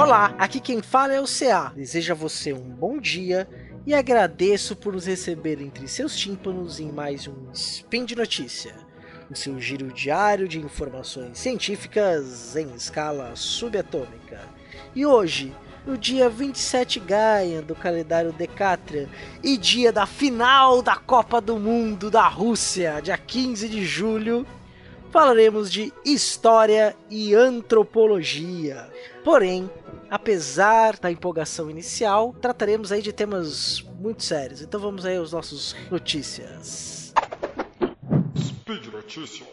Olá, aqui quem fala é o CA. Desejo a você um bom dia e agradeço por nos receber entre seus tímpanos em mais um Spin de Notícia, o seu giro diário de informações científicas em escala subatômica. E hoje, no dia 27 Gaia do calendário Decatrian e dia da final da Copa do Mundo da Rússia, dia 15 de julho, falaremos de história e antropologia. Porém, apesar da empolgação inicial, trataremos aí de temas muito sérios. Então vamos aí aos nossos notícias. Speed Notícias.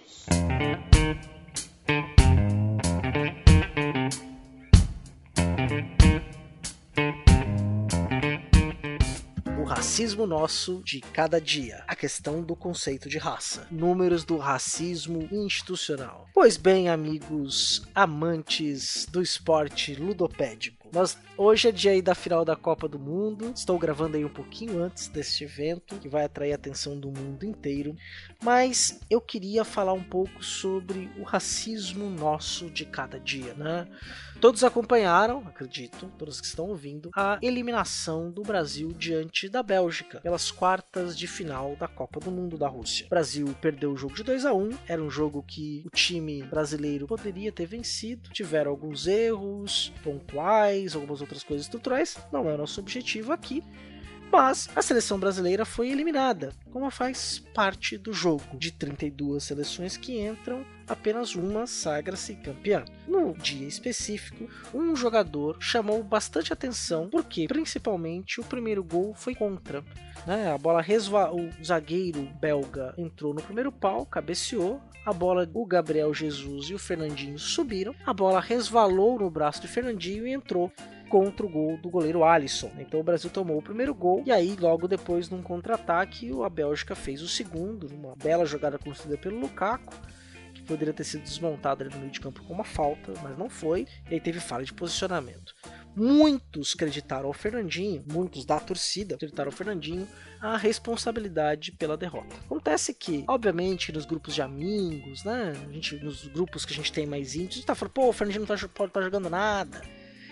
O racismo nosso de cada dia. A questão do conceito de raça. Números do racismo institucional. Pois bem, amigos amantes do esporte ludopédico. Hoje é dia aí da final da Copa do Mundo. Estou gravando aí um pouquinho antes deste evento, que vai atrair a atenção do mundo inteiro. Mas eu queria falar um pouco sobre o racismo nosso de cada dia, né? Todos acompanharam, acredito, todos que estão ouvindo, a eliminação do Brasil diante da Bélgica pelas quartas de final da Copa do Mundo da Rússia. O Brasil perdeu o jogo de 2-1, era um jogo que o time brasileiro poderia ter vencido, tiveram alguns erros pontuais, algumas outras coisas estruturais, não é o nosso objetivo aqui. Mas a seleção brasileira foi eliminada, como faz parte do jogo. De 32 seleções que entram, apenas uma sagra-se campeã. No dia específico, um jogador chamou bastante atenção, porque principalmente o primeiro gol foi contra. A bola o zagueiro belga entrou no primeiro pau, cabeceou. A bola, o Gabriel Jesus e o Fernandinho subiram. A bola resvalou no braço de Fernandinho e entrou contra o gol do goleiro Alisson. Então o Brasil tomou o primeiro gol e aí logo depois num contra-ataque a Bélgica fez o segundo, uma bela jogada construída pelo Lukaku, que poderia ter sido desmontada ali no meio de campo com uma falta, mas não foi, e aí teve falha de posicionamento. Muitos creditaram ao Fernandinho, muitos da torcida creditaram ao Fernandinho a responsabilidade pela derrota. Acontece que, obviamente, nos grupos de amigos, né, nos grupos que a gente tem mais íntimos, a gente tá falando, pô, o Fernandinho não pode estar jogando nada.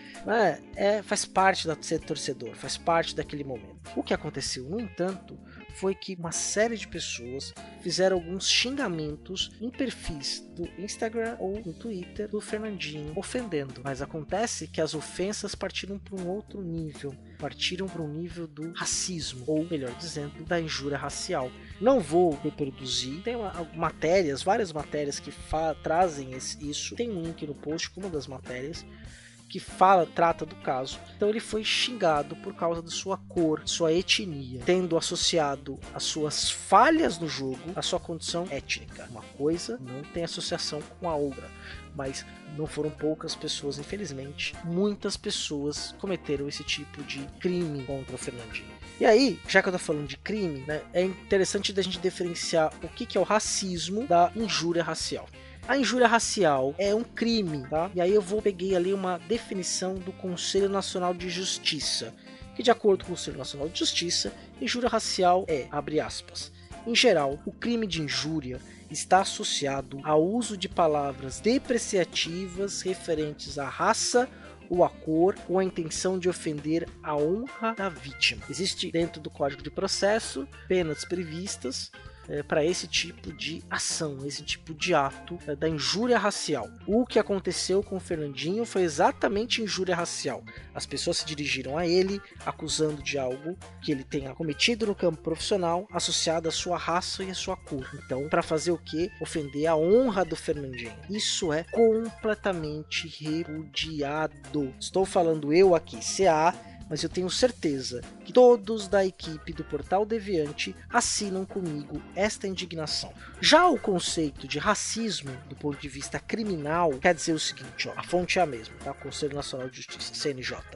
Faz parte de ser torcedor, faz parte daquele momento. O que aconteceu, no entanto, foi que uma série de pessoas fizeram alguns xingamentos em perfis do Instagram ou no Twitter do Fernandinho, ofendendo. Mas acontece que as ofensas partiram para um outro nível, partiram para um nível do racismo, ou melhor dizendo, da injúria racial. Não vou reproduzir, tem várias matérias que trazem isso, tem um link no post com uma das matérias, que trata do caso. Então ele foi xingado por causa de sua cor, sua etnia, tendo associado as suas falhas no jogo à sua condição étnica. Uma coisa não tem associação com a outra, mas não foram poucas pessoas, infelizmente, muitas pessoas cometeram esse tipo de crime contra o Fernandinho. E aí, já que eu tô falando de crime, né, é interessante da gente diferenciar o que é o racismo da injúria racial. A injúria racial é um crime, tá? E aí eu peguei ali uma definição do Conselho Nacional de Justiça, que de acordo com o Conselho Nacional de Justiça, injúria racial é, abre aspas, em geral, o crime de injúria está associado ao uso de palavras depreciativas referentes à raça ou a cor, ou a intenção de ofender a honra da vítima. Existe dentro do Código de Processo penas previstas para esse tipo de ação, esse tipo de ato da injúria racial. O que aconteceu com o Fernandinho foi exatamente injúria racial. As pessoas se dirigiram a ele, acusando de algo que ele tenha cometido no campo profissional, associado à sua raça e à sua cor. Então, para fazer o quê? Ofender a honra do Fernandinho. Isso é completamente repudiado. Estou falando eu aqui, CA, mas eu tenho certeza que todos da equipe do Portal Deviante assinam comigo esta indignação. Já o conceito de racismo, do ponto de vista criminal, quer dizer o seguinte, a fonte é a mesma, tá? Conselho Nacional de Justiça, CNJ.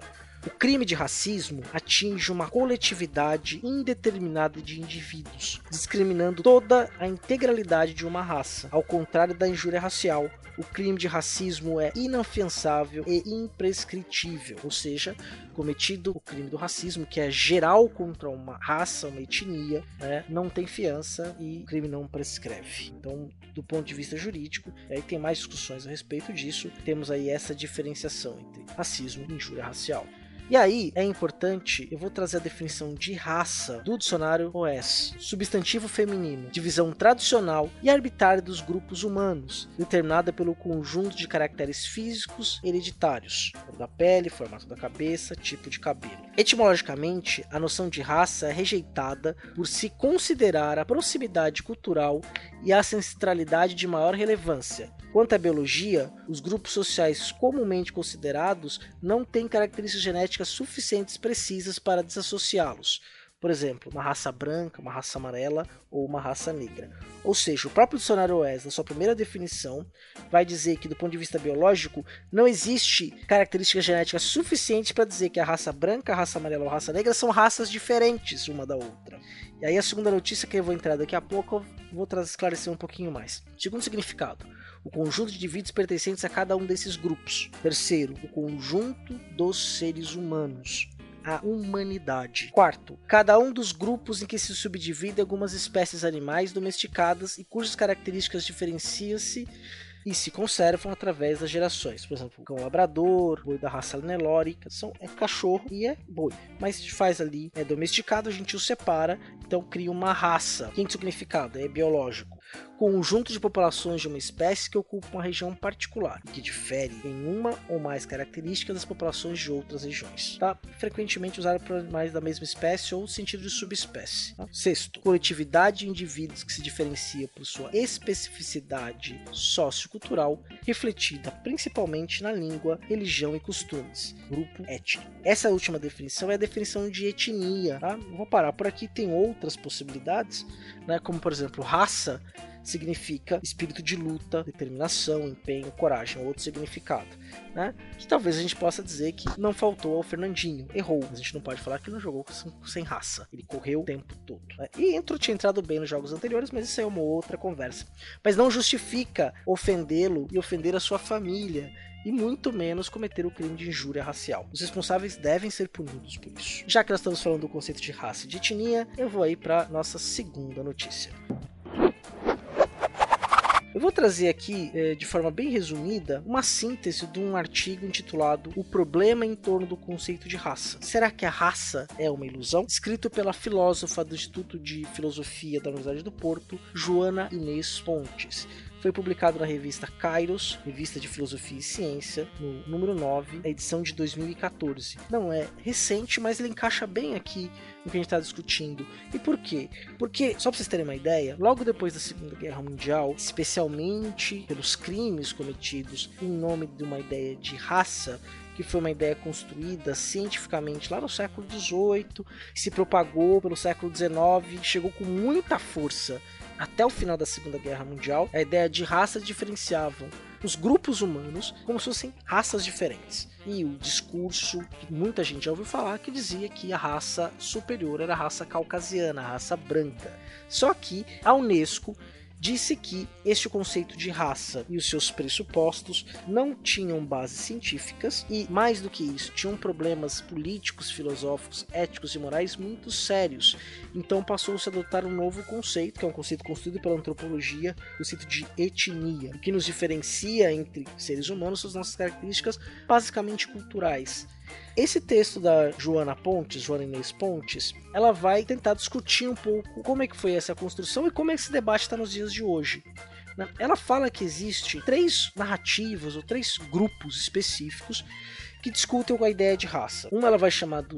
O crime de racismo atinge uma coletividade indeterminada de indivíduos, discriminando toda a integralidade de uma raça. Ao contrário da injúria racial, o crime de racismo é inafiançável e imprescritível, ou seja, cometido o crime do racismo, que é geral contra uma raça, uma etnia, né, não tem fiança e o crime não prescreve. Então, do ponto de vista jurídico, aí tem mais discussões a respeito disso, temos aí essa diferenciação entre racismo e injúria racial. E aí, é importante, eu vou trazer a definição de raça do dicionário OS. Substantivo feminino, divisão tradicional e arbitrária dos grupos humanos, determinada pelo conjunto de caracteres físicos hereditários, cor da pele, formato da cabeça, tipo de cabelo. Etimologicamente, a noção de raça é rejeitada por se considerar a proximidade cultural e a ancestralidade de maior relevância. Quanto à biologia, os grupos sociais comumente considerados não têm características genéticas suficientes precisas para desassociá-los. Por exemplo, uma raça branca, uma raça amarela ou uma raça negra. Ou seja, o próprio dicionário OES, na sua primeira definição, vai dizer que, do ponto de vista biológico, não existe características genéticas suficientes para dizer que a raça branca, a raça amarela ou a raça negra são raças diferentes uma da outra. E aí a segunda notícia que eu vou entrar daqui a pouco, eu vou esclarecer um pouquinho mais. Segundo significado, o conjunto de indivíduos pertencentes a cada um desses grupos. Terceiro, o conjunto dos seres humanos. A humanidade. Quarto, cada um dos grupos em que se subdivide algumas espécies animais domesticadas e cujas características diferenciam-se e se conservam através das gerações. Por exemplo, o cão labrador, boi da raça Nelore, é cachorro e é boi. Mas se faz ali, é domesticado, a gente o separa, então cria uma raça. Quinto significado, é biológico. Conjunto de populações de uma espécie que ocupa uma região particular, que difere em uma ou mais características das populações de outras regiões. Tá? Frequentemente usado para animais da mesma espécie ou sentido de subespécie. Tá? Sexto, coletividade de indivíduos que se diferencia por sua especificidade sociocultural, refletida principalmente na língua, religião e costumes. Grupo étnico. Essa última definição é a definição de etnia. Tá? Vou parar por aqui, tem outras possibilidades, né? Como por exemplo, raça significa espírito de luta, determinação, empenho, coragem, outro significado, né? Que talvez a gente possa dizer que não faltou ao Fernandinho, errou, mas a gente não pode falar que ele não jogou sem raça, ele correu o tempo todo, né? E tinha entrado bem nos jogos anteriores, mas isso é uma outra conversa, mas não justifica ofendê-lo e ofender a sua família, e muito menos cometer o crime de injúria racial. Os responsáveis devem ser punidos por isso. Já que nós estamos falando do conceito de raça e de etnia, eu vou aí para nossa segunda notícia. Eu vou trazer aqui, de forma bem resumida, uma síntese de um artigo intitulado O Problema em Torno do Conceito de Raça. Será que a raça é uma ilusão? Escrito pela filósofa do Instituto de Filosofia da Universidade do Porto, Joana Inês Pontes. Foi publicado na revista Kairos, revista de filosofia e ciência, no número 9, a edição de 2014. Não é recente, mas ele encaixa bem aqui no que a gente está discutindo. E por quê? Porque, só para vocês terem uma ideia, logo depois da Segunda Guerra Mundial, especialmente pelos crimes cometidos em nome de uma ideia de raça, que foi uma ideia construída cientificamente lá no século XVIII, se propagou pelo século XIX, chegou com muita força até o final da Segunda Guerra Mundial. A ideia de raça diferenciava os grupos humanos como se fossem raças diferentes. E o discurso que muita gente já ouviu falar, que dizia que a raça superior era a raça caucasiana, a raça branca. Só que a Unesco disse que este conceito de raça e os seus pressupostos não tinham bases científicas e, mais do que isso, tinham problemas políticos, filosóficos, éticos e morais muito sérios. Então passou-se a adotar um novo conceito, que é um conceito construído pela antropologia, o conceito de etnia. O que nos diferencia entre seres humanos são as nossas características basicamente culturais. Esse texto da Joana Inês Pontes, ela vai tentar discutir um pouco como é que foi essa construção e como é que esse debate está nos dias de hoje. Ela fala que existem 3 narrativas ou 3 grupos específicos que discutem com a ideia de raça. Uma ela vai chamar dos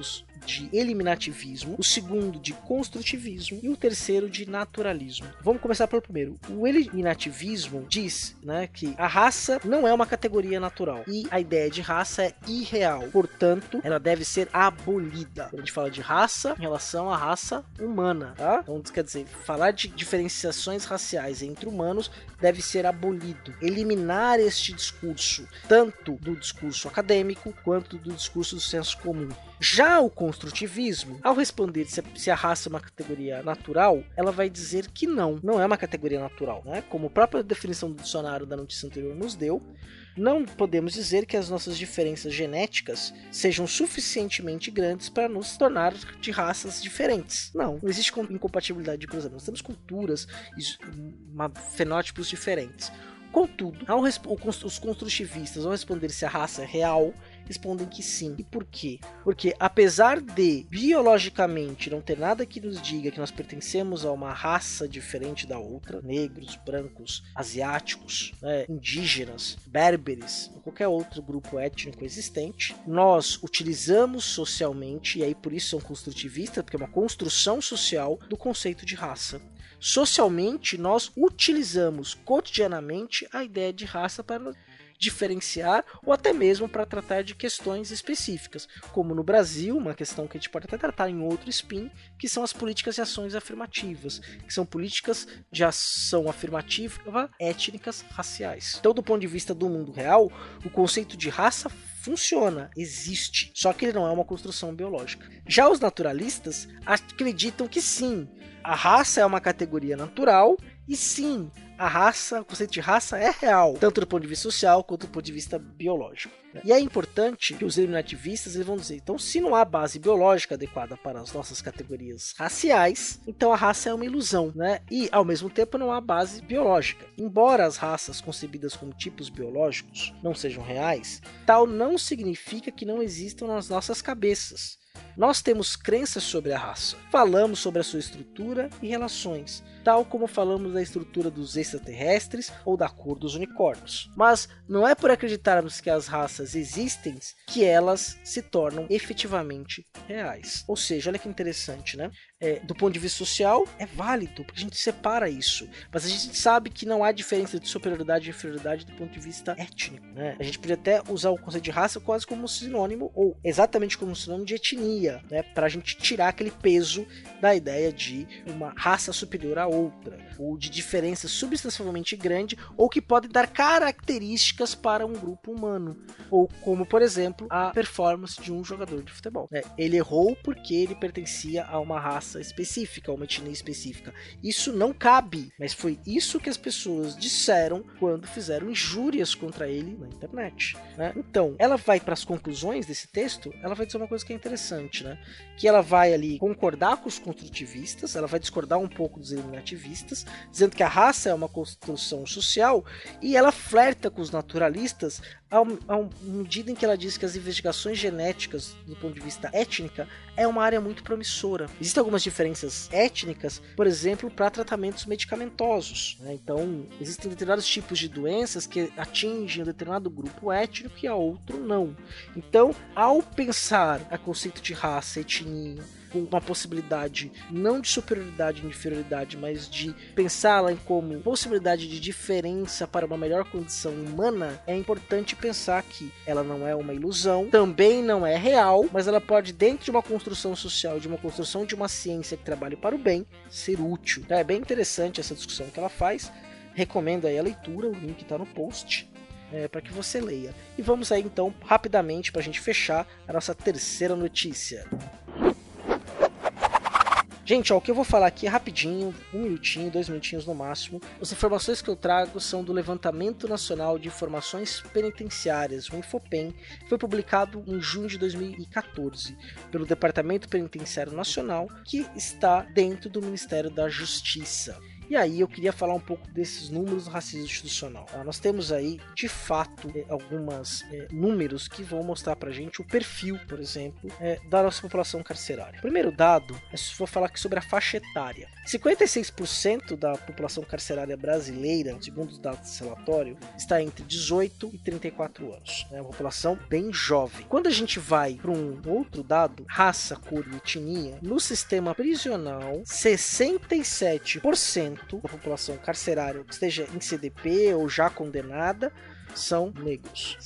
de eliminativismo, o segundo de construtivismo e o terceiro de naturalismo. Vamos começar pelo primeiro. O eliminativismo diz, né, que a raça não é uma categoria natural e a ideia de raça é irreal, portanto, ela deve ser abolida. Quando a gente fala de raça, em relação à raça humana, tá? Então, quer dizer, falar de diferenciações raciais entre humanos deve ser abolido. Eliminar este discurso, tanto do discurso acadêmico quanto do discurso do senso comum. Já o construtivismo, ao responder se a raça é uma categoria natural, ela vai dizer que não é uma categoria natural, né? Como a própria definição do dicionário da notícia anterior nos deu, não podemos dizer que as nossas diferenças genéticas sejam suficientemente grandes para nos tornar de raças diferentes. Não existe incompatibilidade de cruzamento. Nós temos culturas e fenótipos diferentes. Contudo, os construtivistas, ao responder se a raça é real, respondem que sim. E por quê? Porque apesar de biologicamente não ter nada que nos diga que nós pertencemos a uma raça diferente da outra, negros, brancos, asiáticos, indígenas, berberes, ou qualquer outro grupo étnico existente, nós utilizamos socialmente, e aí por isso são construtivistas, porque é uma construção social do conceito de raça. Socialmente, nós utilizamos cotidianamente a ideia de raça para diferenciar ou até mesmo para tratar de questões específicas, como no Brasil, uma questão que a gente pode até tratar em outro spin, que são as políticas e ações afirmativas, que são políticas de ação afirmativa étnicas raciais. Então, do ponto de vista do mundo real, o conceito de raça funciona, existe, só que ele não é uma construção biológica. Já os naturalistas acreditam que sim, a raça é uma categoria natural e sim, o conceito de raça é real, tanto do ponto de vista social quanto do ponto de vista biológico. E é importante que os eliminativistas vão dizer, então se não há base biológica adequada para as nossas categorias raciais, então a raça é uma ilusão, né? E ao mesmo tempo não há base biológica. Embora as raças concebidas como tipos biológicos não sejam reais, tal não significa que não existam nas nossas cabeças. Nós temos crenças sobre a raça, falamos sobre a sua estrutura e relações, tal como falamos da estrutura dos extraterrestres ou da cor dos unicórnios. Mas não é por acreditarmos que as raças existem que elas se tornam efetivamente reais. Ou seja, olha que interessante, né? Do ponto de vista social, é válido, porque a gente separa isso. Mas a gente sabe que não há diferença de superioridade e inferioridade do ponto de vista étnico, né? A gente podia até usar o conceito de raça quase como sinônimo, ou exatamente como sinônimo de etnia, né? Para a gente tirar aquele peso da ideia de uma raça superior à outra, ou de diferença substancialmente grande, ou que pode dar características para um grupo humano. Ou como, por exemplo, a performance de um jogador de futebol. Ele errou porque ele pertencia a uma raça específica, uma etnia específica. Isso não cabe, mas foi isso que as pessoas disseram quando fizeram injúrias contra ele na internet, né? Então, ela vai para as conclusões desse texto, ela vai dizer uma coisa que é interessante, né? Que ela vai ali concordar com os construtivistas, ela vai discordar um pouco dos eliminativistas, dizendo que a raça é uma construção social, e ela flerta com os naturalistas à medida em que ela diz que as investigações genéticas do ponto de vista étnica é uma área muito promissora. Existem algumas diferenças étnicas, por exemplo, para tratamentos medicamentosos, né? Então, existem determinados tipos de doenças que atingem um determinado grupo étnico e a outro não. Então, ao pensar a conceito de raça, etnia, com uma possibilidade não de superioridade e inferioridade, mas de pensá-la como possibilidade de diferença para uma melhor condição humana, é importante pensar que ela não é uma ilusão, também não é real, mas ela pode, dentro de uma construção social, de uma construção de uma ciência que trabalhe para o bem, ser útil. Então é bem interessante essa discussão que ela faz. Recomendo aí a leitura, o link está no post, para que você leia. E vamos aí então rapidamente para a gente fechar a nossa terceira notícia. Gente, o que eu vou falar aqui é rapidinho, 1 minutinho, 2 minutinhos no máximo. As informações que eu trago são do Levantamento Nacional de Informações Penitenciárias, o Infopem, que foi publicado em junho de 2014 pelo Departamento Penitenciário Nacional, que está dentro do Ministério da Justiça. E E aí eu queria falar um pouco desses números do racismo institucional. Nós temos aí, de fato, alguns números que vão mostrar pra gente o perfil, por exemplo, da nossa população carcerária. O primeiro dado, vou falar aqui sobre a faixa etária. 56% da população carcerária brasileira, segundo os dados desse relatório, está entre 18 e 34 anos. É uma população bem jovem. Quando a gente vai para um outro dado, raça, cor e etnia, no sistema prisional, 67% da população carcerária que esteja em CDP ou já condenada são negros.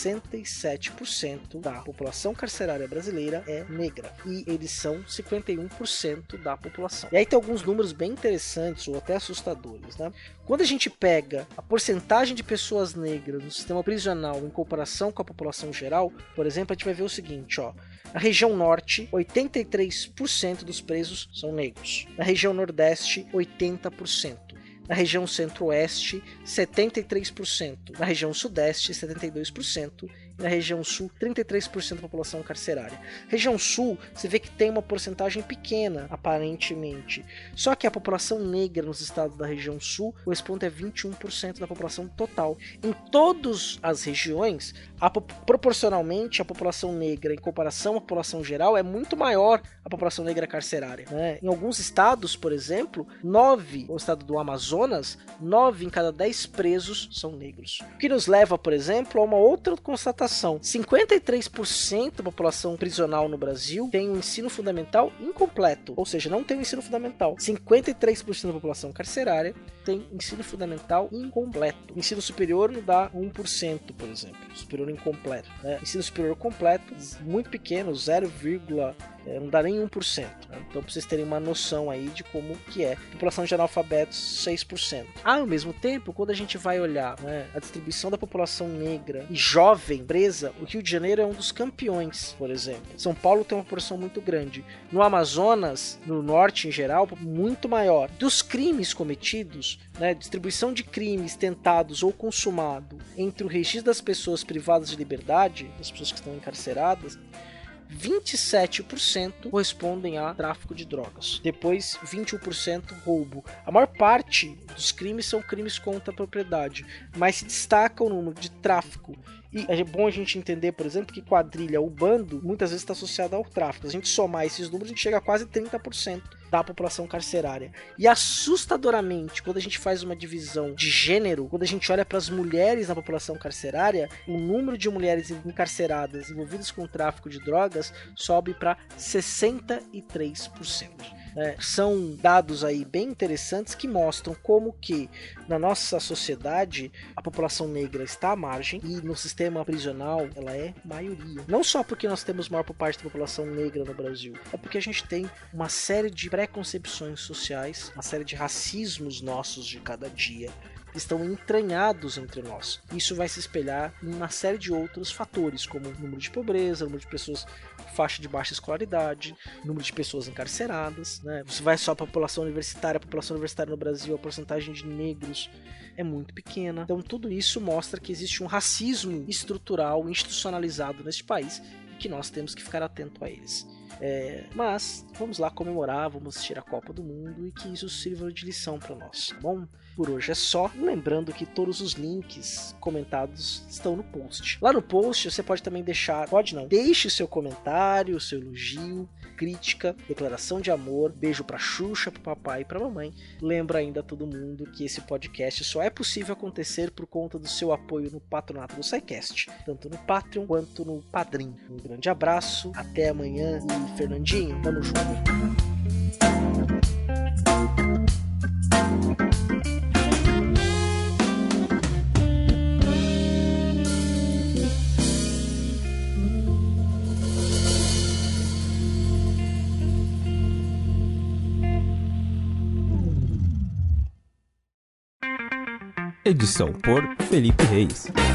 67% da população carcerária brasileira é negra e eles são 51% da população. E aí tem alguns números bem interessantes ou até assustadores, né? Quando a gente pega a porcentagem de pessoas negras no sistema prisional em comparação com a população geral, por exemplo, a gente vai ver o seguinte, ó. Na região norte, 83% dos presos são negros. Na região nordeste, 80%. Na região centro-oeste, 73%. Na região sudeste, 72%. E na região sul, 33% da população carcerária. Região sul, você vê que tem uma porcentagem pequena, aparentemente. Só que a população negra nos estados da região sul corresponde a 21% da população total. Em todas as regiões, proporcionalmente, a população negra, em comparação à população geral, é muito maior a população negra carcerária, né? Em alguns estados, por exemplo, o estado do Amazonas, 9 em cada 10 presos são negros. O que nos leva, por exemplo, a uma outra constatação. 53% da população prisional no Brasil tem um ensino fundamental incompleto, ou seja, não tem um ensino fundamental. 53% da população carcerária tem ensino fundamental incompleto. O ensino superior não dá 1%, por exemplo. Superior incompleto, né? Ensino superior completo, muito pequeno, 0, não dá nem 1%. Né? Então, para vocês terem uma noção aí de como que é. População de analfabetos, 6%. Ao mesmo tempo, quando a gente vai olhar, né, a distribuição da população negra e jovem presa, o Rio de Janeiro é um dos campeões, por exemplo. São Paulo tem uma proporção muito grande. No Amazonas, no norte em geral, muito maior. Dos crimes cometidos, né, distribuição de crimes tentados ou consumado entre o registro das pessoas privadas de liberdade, das pessoas que estão encarceradas, 27% correspondem a tráfico de drogas. Depois, 21% roubo. A maior parte dos crimes são crimes contra a propriedade, mas se destaca o número de tráfico. E é bom a gente entender, por exemplo, que quadrilha ou bando muitas vezes está associado ao tráfico. Se a gente somar esses números, a gente chega a quase 30% da população carcerária. E assustadoramente, quando a gente faz uma divisão de gênero, quando a gente olha para as mulheres na população carcerária, o número de mulheres encarceradas envolvidas com o tráfico de drogas sobe para 63%. São dados aí bem interessantes que mostram como que na nossa sociedade a população negra está à margem e no sistema prisional ela é maioria. Não só porque nós temos maior parte da população negra no Brasil, é porque a gente tem uma série de preconcepções sociais, uma série de racismos nossos de cada dia que estão entranhados entre nós. Isso vai se espelhar em uma série de outros fatores, como o número de pobreza, o número de pessoas com faixa de baixa escolaridade, o número de pessoas encarceradas, né? Você vai só para a população universitária no Brasil, a porcentagem de negros é muito pequena. Então tudo isso mostra que existe um racismo estrutural, institucionalizado neste país e que nós temos que ficar atento a eles. Mas vamos lá comemorar, vamos assistir a Copa do Mundo e que isso sirva de lição para nós, tá bom? Por hoje é só, lembrando que todos os links comentados estão no post. Lá no post você pode também deixe seu comentário, seu elogio, crítica, declaração de amor, beijo pra Xuxa, pro papai e pra mamãe. Lembro ainda a todo mundo que esse podcast só é possível acontecer por conta do seu apoio no patronato do SciCast, tanto no Patreon quanto no Padrim. Um grande abraço, até amanhã e Fernandinho, tamo junto. Edição por Felipe Reis.